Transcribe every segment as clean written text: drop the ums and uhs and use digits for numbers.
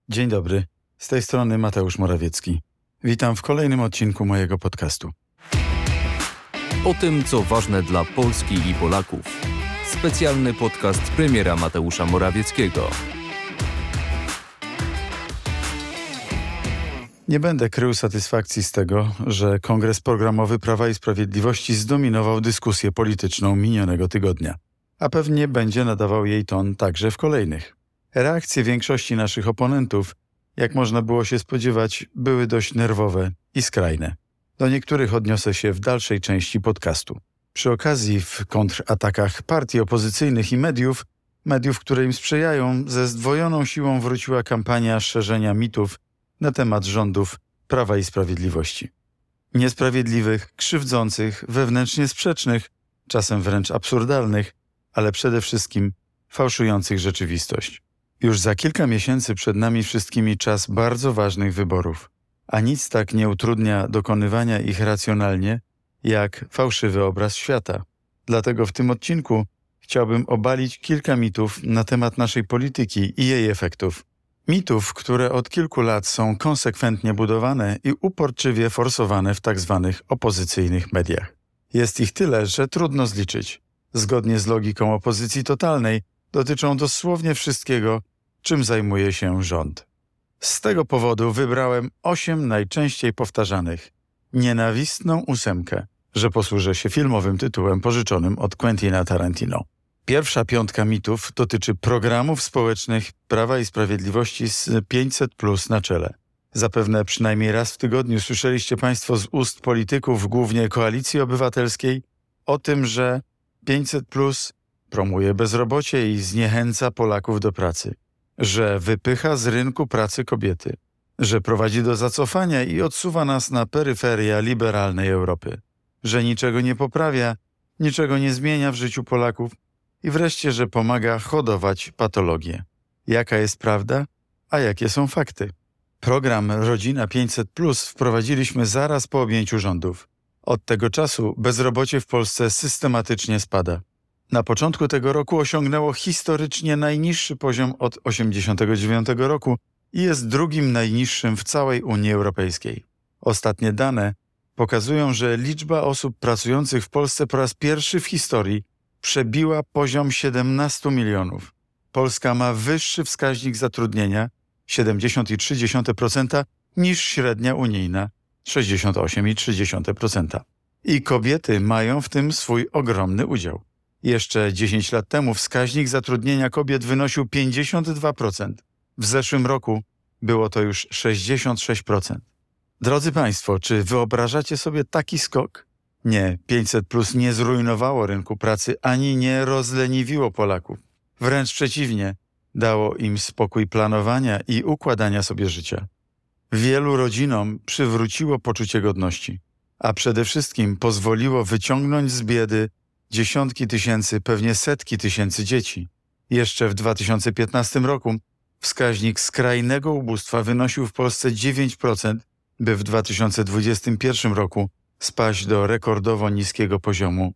Dzień dobry, z tej strony Mateusz Morawiecki. Witam w kolejnym odcinku mojego podcastu. O tym, co ważne dla Polski i Polaków. Specjalny podcast premiera Mateusza Morawieckiego. Nie będę krył satysfakcji z tego, że Kongres Programowy Prawa i Sprawiedliwości zdominował dyskusję polityczną minionego tygodnia, a pewnie będzie nadawał jej ton także w kolejnych. Reakcje większości naszych oponentów, jak można było się spodziewać, były dość nerwowe i skrajne. Do niektórych odniosę się w dalszej części podcastu. Przy okazji w kontratakach partii opozycyjnych i mediów, które im sprzyjają, ze zdwojoną siłą wróciła kampania szerzenia mitów na temat rządów Prawa i Sprawiedliwości. Niesprawiedliwych, krzywdzących, wewnętrznie sprzecznych, czasem wręcz absurdalnych, ale przede wszystkim fałszujących rzeczywistość. Już za kilka miesięcy przed nami wszystkimi czas bardzo ważnych wyborów, a nic tak nie utrudnia dokonywania ich racjonalnie, jak fałszywy obraz świata. Dlatego w tym odcinku chciałbym obalić kilka mitów na temat naszej polityki i jej efektów. Mitów, które od kilku lat są konsekwentnie budowane i uporczywie forsowane w tzw. opozycyjnych mediach. Jest ich tyle, że trudno zliczyć. Zgodnie z logiką opozycji totalnej dotyczą dosłownie wszystkiego, czym zajmuje się rząd. Z tego powodu wybrałem 8 najczęściej powtarzanych. Nienawistną 8, że posłużę się filmowym tytułem pożyczonym od Quentina Tarantino. Pierwsza 5 mitów dotyczy programów społecznych Prawa i Sprawiedliwości z 500+ na czele. Zapewne przynajmniej raz w tygodniu słyszeliście Państwo z ust polityków, głównie Koalicji Obywatelskiej, o tym, że 500+ promuje bezrobocie i zniechęca Polaków do pracy, że wypycha z rynku pracy kobiety, że prowadzi do zacofania i odsuwa nas na peryferia liberalnej Europy, że niczego nie poprawia, niczego nie zmienia w życiu Polaków i wreszcie, że pomaga hodować patologię. Jaka jest prawda, a jakie są fakty? Program Rodzina 500+ wprowadziliśmy zaraz po objęciu rządów. Od tego czasu bezrobocie w Polsce systematycznie spada. Na początku tego roku osiągnęło historycznie najniższy poziom od 1989 roku i jest drugim najniższym w całej Unii Europejskiej. Ostatnie dane pokazują, że liczba osób pracujących w Polsce po raz pierwszy w historii przebiła poziom 17 milionów. Polska ma wyższy wskaźnik zatrudnienia 70,3% niż średnia unijna 68,3%. I kobiety mają w tym swój ogromny udział. Jeszcze 10 lat temu wskaźnik zatrudnienia kobiet wynosił 52%. W zeszłym roku było to już 66%. Drodzy Państwo, czy wyobrażacie sobie taki skok? Nie, 500+ nie zrujnowało rynku pracy ani nie rozleniwiło Polaków. Wręcz przeciwnie, dało im spokój planowania i układania sobie życia. Wielu rodzinom przywróciło poczucie godności, a przede wszystkim pozwoliło wyciągnąć z biedy dziesiątki tysięcy, pewnie setki tysięcy dzieci. Jeszcze w 2015 roku wskaźnik skrajnego ubóstwa wynosił w Polsce 9%, by w 2021 roku spaść do rekordowo niskiego poziomu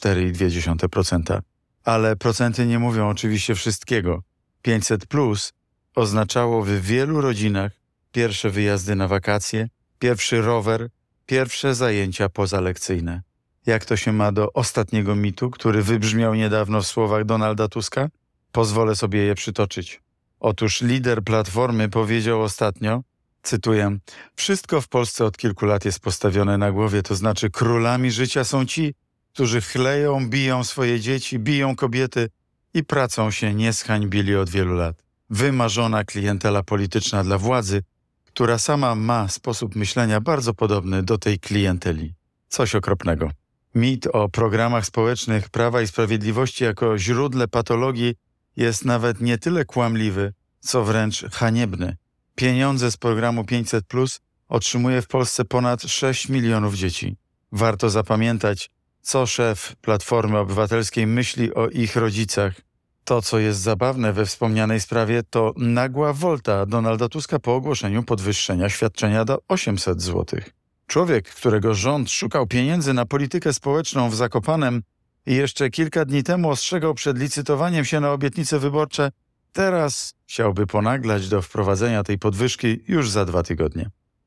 4,2%. Ale procenty nie mówią oczywiście wszystkiego. 500+ oznaczało w wielu rodzinach pierwsze wyjazdy na wakacje, pierwszy rower, pierwsze zajęcia pozalekcyjne. Jak to się ma do ostatniego mitu, który wybrzmiał niedawno w słowach Donalda Tuska? Pozwolę sobie je przytoczyć. Otóż lider Platformy powiedział ostatnio, cytuję, wszystko w Polsce od kilku lat jest postawione na głowie, to znaczy królami życia są ci, którzy chleją, biją swoje dzieci, biją kobiety i pracą się nie zhańbili od wielu lat. Wymarzona klientela polityczna dla władzy, która sama ma sposób myślenia bardzo podobny do tej klienteli. Coś okropnego. Mit o programach społecznych Prawa i Sprawiedliwości jako źródle patologii jest nawet nie tyle kłamliwy, co wręcz haniebny. Pieniądze z programu 500+ otrzymuje w Polsce ponad 6 milionów dzieci. Warto zapamiętać, co szef Platformy Obywatelskiej myśli o ich rodzicach. To, co jest zabawne we wspomnianej sprawie, to nagła wolta Donalda Tuska po ogłoszeniu podwyższenia świadczenia do 800 zł. Człowiek, którego rząd szukał pieniędzy na politykę społeczną w Zakopanem i jeszcze kilka dni temu ostrzegał przed licytowaniem się na obietnice wyborcze, teraz chciałby ponaglać do wprowadzenia tej podwyżki już za 2 tygodnie.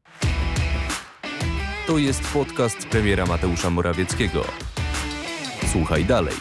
To jest podcast premiera Mateusza Morawieckiego. Słuchaj dalej.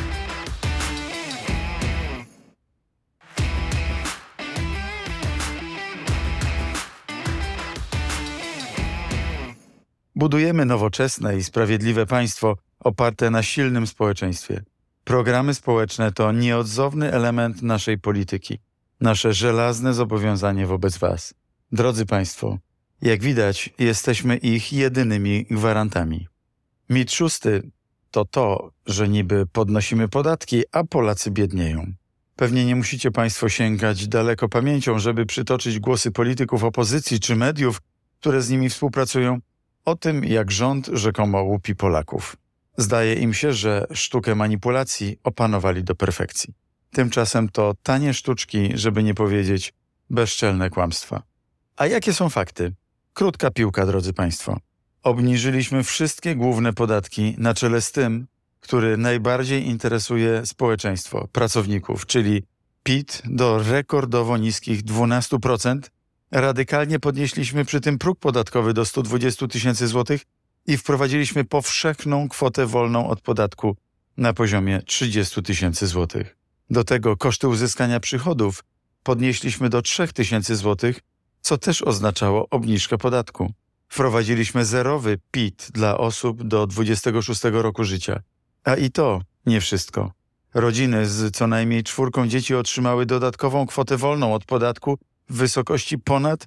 Budujemy nowoczesne i sprawiedliwe państwo oparte na silnym społeczeństwie. Programy społeczne to nieodzowny element naszej polityki, nasze żelazne zobowiązanie wobec Was. Drodzy Państwo, jak widać, jesteśmy ich jedynymi gwarantami. Mit szósty to to, że niby podnosimy podatki, a Polacy biednieją. Pewnie nie musicie Państwo sięgać daleko pamięcią, żeby przytoczyć głosy polityków opozycji czy mediów, które z nimi współpracują, o tym, jak rząd rzekomo łupi Polaków. Zdaje im się, że sztukę manipulacji opanowali do perfekcji. Tymczasem to tanie sztuczki, żeby nie powiedzieć bezczelne kłamstwa. A jakie są fakty? Krótka piłka, drodzy Państwo. Obniżyliśmy wszystkie główne podatki na czele z tym, który najbardziej interesuje społeczeństwo, pracowników, czyli PIT do rekordowo niskich 12%. Radykalnie podnieśliśmy przy tym próg podatkowy do 120 000 złotych i wprowadziliśmy powszechną kwotę wolną od podatku na poziomie 30 000 złotych. Do tego koszty uzyskania przychodów podnieśliśmy do 3 000 złotych, co też oznaczało obniżkę podatku. Wprowadziliśmy zerowy PIT dla osób do 26 roku życia. A i to nie wszystko. Rodziny z co najmniej 4 dzieci otrzymały dodatkową kwotę wolną od podatku w wysokości ponad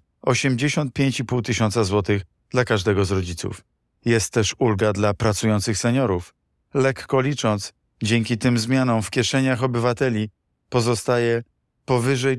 85,5 tysiąca złotych dla każdego z rodziców. Jest też ulga dla pracujących seniorów. Lekko licząc, dzięki tym zmianom w kieszeniach obywateli pozostaje powyżej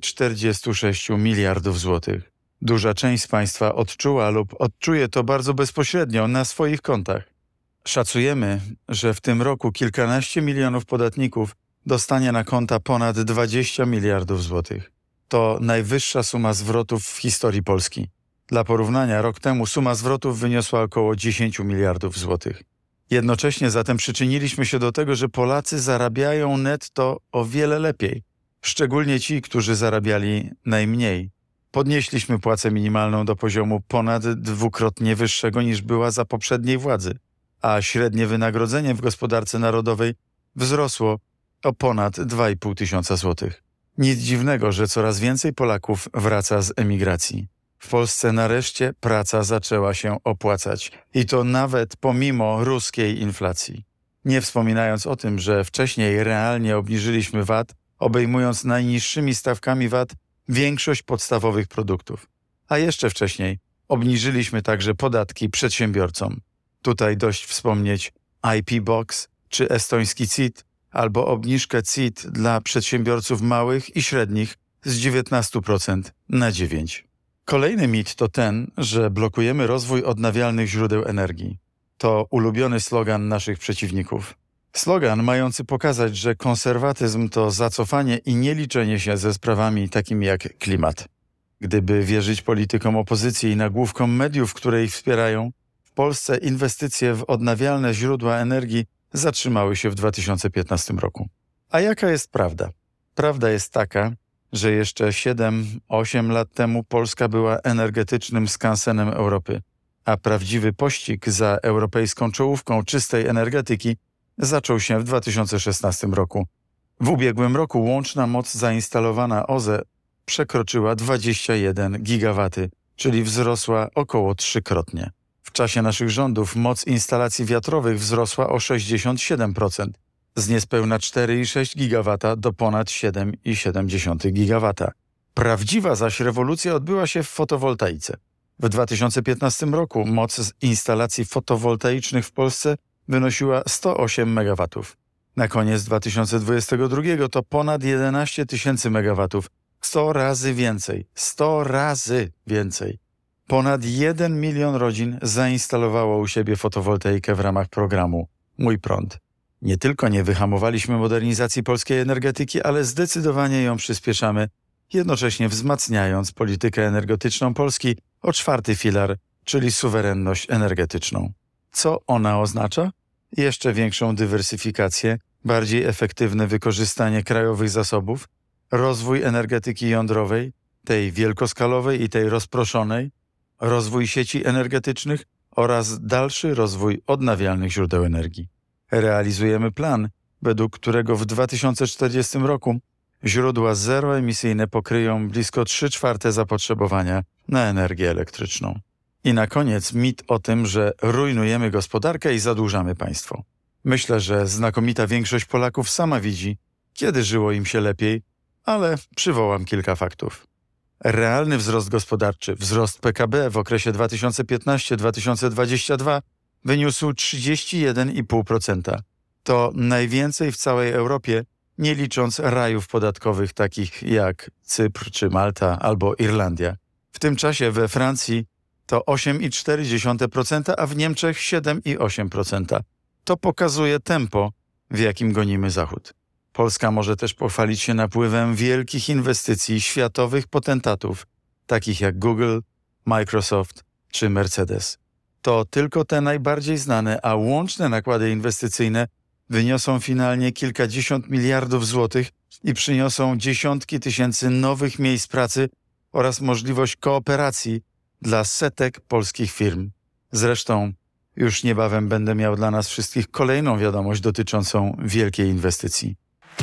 46 miliardów złotych. Duża część z Państwa odczuła lub odczuje to bardzo bezpośrednio na swoich kontach. Szacujemy, że w tym roku kilkanaście milionów podatników dostanie na konta ponad 20 miliardów złotych. To najwyższa suma zwrotów w historii Polski. Dla porównania, rok temu suma zwrotów wyniosła około 10 miliardów złotych. Jednocześnie zatem przyczyniliśmy się do tego, że Polacy zarabiają netto o wiele lepiej, szczególnie ci, którzy zarabiali najmniej. Podnieśliśmy płacę minimalną do poziomu ponad 2-krotnie wyższego niż była za poprzedniej władzy, a średnie wynagrodzenie w gospodarce narodowej wzrosło o ponad 2,5 tysiąca złotych. Nic dziwnego, że coraz więcej Polaków wraca z emigracji. W Polsce nareszcie praca zaczęła się opłacać i to nawet pomimo ruskiej inflacji. Nie wspominając o tym, że wcześniej realnie obniżyliśmy VAT, obejmując najniższymi stawkami VAT większość podstawowych produktów. A jeszcze wcześniej obniżyliśmy także podatki przedsiębiorcom. Tutaj dość wspomnieć IP Box czy estoński CIT, albo obniżkę CIT dla przedsiębiorców małych i średnich z 19% na 9%. Kolejny mit to ten, że blokujemy rozwój odnawialnych źródeł energii. To ulubiony slogan naszych przeciwników. Slogan mający pokazać, że konserwatyzm to zacofanie i nieliczenie się ze sprawami takimi jak klimat. Gdyby wierzyć politykom opozycji i nagłówkom mediów, które ich wspierają, w Polsce inwestycje w odnawialne źródła energii zatrzymały się w 2015 roku. A jaka jest prawda? Prawda jest taka, że jeszcze 7-8 lat temu Polska była energetycznym skansenem Europy, a prawdziwy pościg za europejską czołówką czystej energetyki zaczął się w 2016 roku. W ubiegłym roku łączna moc zainstalowana OZE przekroczyła 21 gigawaty, czyli wzrosła około 3-krotnie. W czasie naszych rządów moc instalacji wiatrowych wzrosła o 67%, z niespełna 4,6 gigawata do ponad 7,7 gigawata. Prawdziwa zaś rewolucja odbyła się w fotowoltaice. W 2015 roku moc instalacji fotowoltaicznych w Polsce wynosiła 108 MW. Na koniec 2022 to ponad 11 tysięcy megawatów. 100 razy więcej. 100 razy więcej. Ponad 1 milion rodzin zainstalowało u siebie fotowoltaikę w ramach programu Mój Prąd. Nie tylko nie wyhamowaliśmy modernizacji polskiej energetyki, ale zdecydowanie ją przyspieszamy, jednocześnie wzmacniając politykę energetyczną Polski o 4. filar, czyli suwerenność energetyczną. Co ona oznacza? Jeszcze większą dywersyfikację, bardziej efektywne wykorzystanie krajowych zasobów, rozwój energetyki jądrowej, tej wielkoskalowej i tej rozproszonej, rozwój sieci energetycznych oraz dalszy rozwój odnawialnych źródeł energii. Realizujemy plan, według którego w 2040 roku źródła zeroemisyjne pokryją blisko 3/4 zapotrzebowania na energię elektryczną. I na koniec mit o tym, że rujnujemy gospodarkę i zadłużamy państwo. Myślę, że znakomita większość Polaków sama widzi, kiedy żyło im się lepiej, ale przywołam kilka faktów. Realny wzrost gospodarczy, wzrost PKB w okresie 2015-2022 wyniósł 31,5%. To najwięcej w całej Europie, nie licząc rajów podatkowych takich jak Cypr czy Malta albo Irlandia. W tym czasie we Francji to 8,4%, a w Niemczech 7,8%. To pokazuje tempo, w jakim gonimy Zachód. Polska może też pochwalić się napływem wielkich inwestycji światowych potentatów, takich jak Google, Microsoft czy Mercedes. To tylko te najbardziej znane, a łączne nakłady inwestycyjne wyniosą finalnie kilkadziesiąt miliardów złotych i przyniosą dziesiątki tysięcy nowych miejsc pracy oraz możliwość kooperacji dla setek polskich firm. Zresztą już niebawem będę miał dla nas wszystkich kolejną wiadomość dotyczącą wielkiej inwestycji.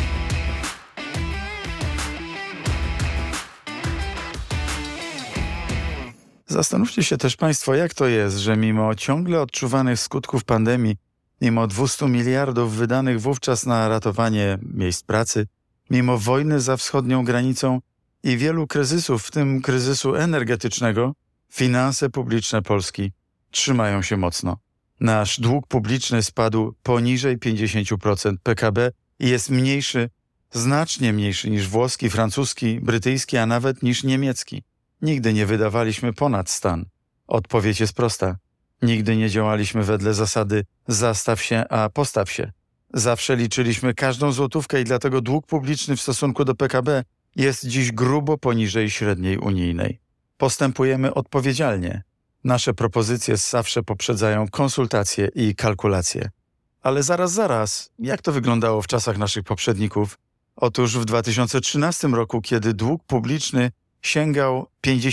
Zastanówcie się też Państwo, jak to jest, że mimo ciągle odczuwanych skutków pandemii, mimo 200 miliardów wydanych wówczas na ratowanie miejsc pracy, mimo wojny za wschodnią granicą i wielu kryzysów, w tym kryzysu energetycznego, finanse publiczne Polski trzymają się mocno. Nasz dług publiczny spadł poniżej 50% PKB i jest mniejszy, znacznie mniejszy niż włoski, francuski, brytyjski, a nawet niż niemiecki. Nigdy nie wydawaliśmy ponad stan. Odpowiedź jest prosta. Nigdy nie działaliśmy wedle zasady zastaw się, a postaw się. Zawsze liczyliśmy każdą złotówkę i dlatego dług publiczny w stosunku do PKB jest dziś grubo poniżej średniej unijnej. Postępujemy odpowiedzialnie. Nasze propozycje zawsze poprzedzają konsultacje i kalkulacje. Ale zaraz, jak to wyglądało w czasach naszych poprzedników? Otóż w 2013 roku, kiedy dług publiczny sięgał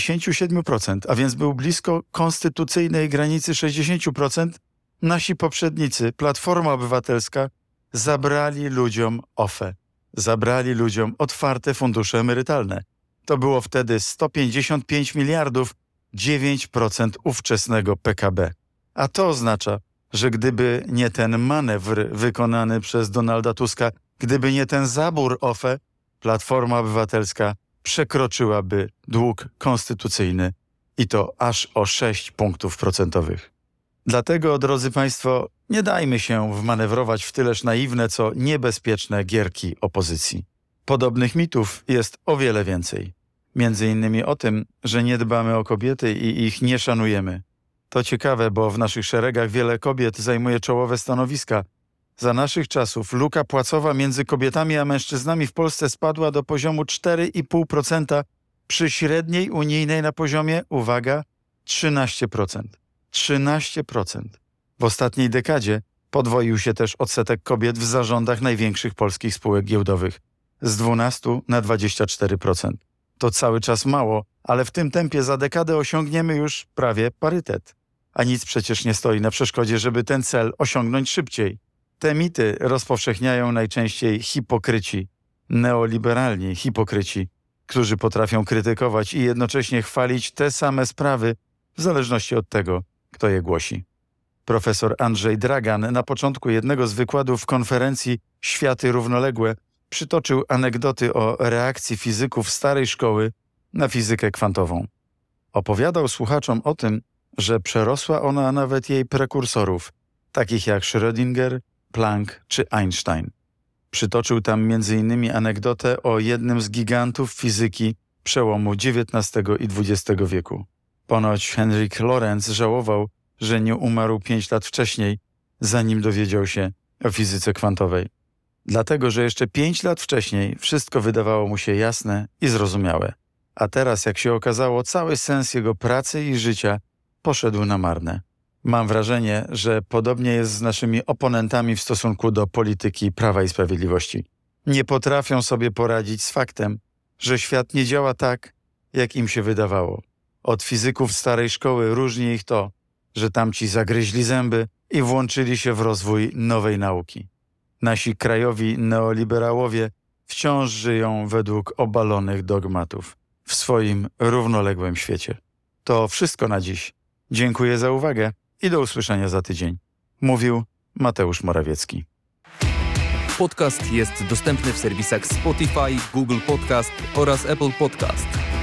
57%, a więc był blisko konstytucyjnej granicy 60%, nasi poprzednicy, Platforma Obywatelska, zabrali ludziom OFE. Zabrali ludziom otwarte fundusze emerytalne. To było wtedy 155 miliardów, 9% ówczesnego PKB. A to oznacza, że gdyby nie ten manewr wykonany przez Donalda Tuska, gdyby nie ten zabór OFE, Platforma Obywatelska przekroczyłaby dług konstytucyjny i to aż o 6 punktów procentowych. Dlatego, drodzy Państwo, nie dajmy się wmanewrować w tyleż naiwne, co niebezpieczne gierki opozycji. Podobnych mitów jest o wiele więcej. Między innymi o tym, że nie dbamy o kobiety i ich nie szanujemy. To ciekawe, bo w naszych szeregach wiele kobiet zajmuje czołowe stanowiska. Za naszych czasów luka płacowa między kobietami a mężczyznami w Polsce spadła do poziomu 4,5%, przy średniej unijnej na poziomie, uwaga, 13%. 13%. W ostatniej dekadzie podwoił się też odsetek kobiet w zarządach największych polskich spółek giełdowych z 12 na 24%. To cały czas mało, ale w tym tempie za dekadę osiągniemy już prawie parytet. A nic przecież nie stoi na przeszkodzie, żeby ten cel osiągnąć szybciej. Te mity rozpowszechniają najczęściej hipokryci, neoliberalni hipokryci, którzy potrafią krytykować i jednocześnie chwalić te same sprawy w zależności od tego, kto je głosi. Profesor Andrzej Dragan na początku jednego z wykładów konferencji Światy równoległe przytoczył anegdoty o reakcji fizyków starej szkoły na fizykę kwantową. Opowiadał słuchaczom o tym, że przerosła ona nawet jej prekursorów, takich jak Schrödinger, Planck czy Einstein. Przytoczył tam m.in. anegdotę o jednym z gigantów fizyki przełomu XIX i XX wieku. Ponoć Henryk Lorentz żałował, że nie umarł 5 lat wcześniej, zanim dowiedział się o fizyce kwantowej. Dlatego, że jeszcze 5 lat wcześniej wszystko wydawało mu się jasne i zrozumiałe. A teraz, jak się okazało, cały sens jego pracy i życia poszedł na marne. Mam wrażenie, że podobnie jest z naszymi oponentami w stosunku do polityki Prawa i Sprawiedliwości. Nie potrafią sobie poradzić z faktem, że świat nie działa tak, jak im się wydawało. Od fizyków starej szkoły różni ich to, że tamci zagryźli zęby i włączyli się w rozwój nowej nauki. Nasi krajowi neoliberałowie wciąż żyją według obalonych dogmatów w swoim równoległym świecie. To wszystko na dziś. Dziękuję za uwagę i do usłyszenia za tydzień. Mówił Mateusz Morawiecki. Podcast jest dostępny w serwisach Spotify, Google Podcast oraz Apple Podcast.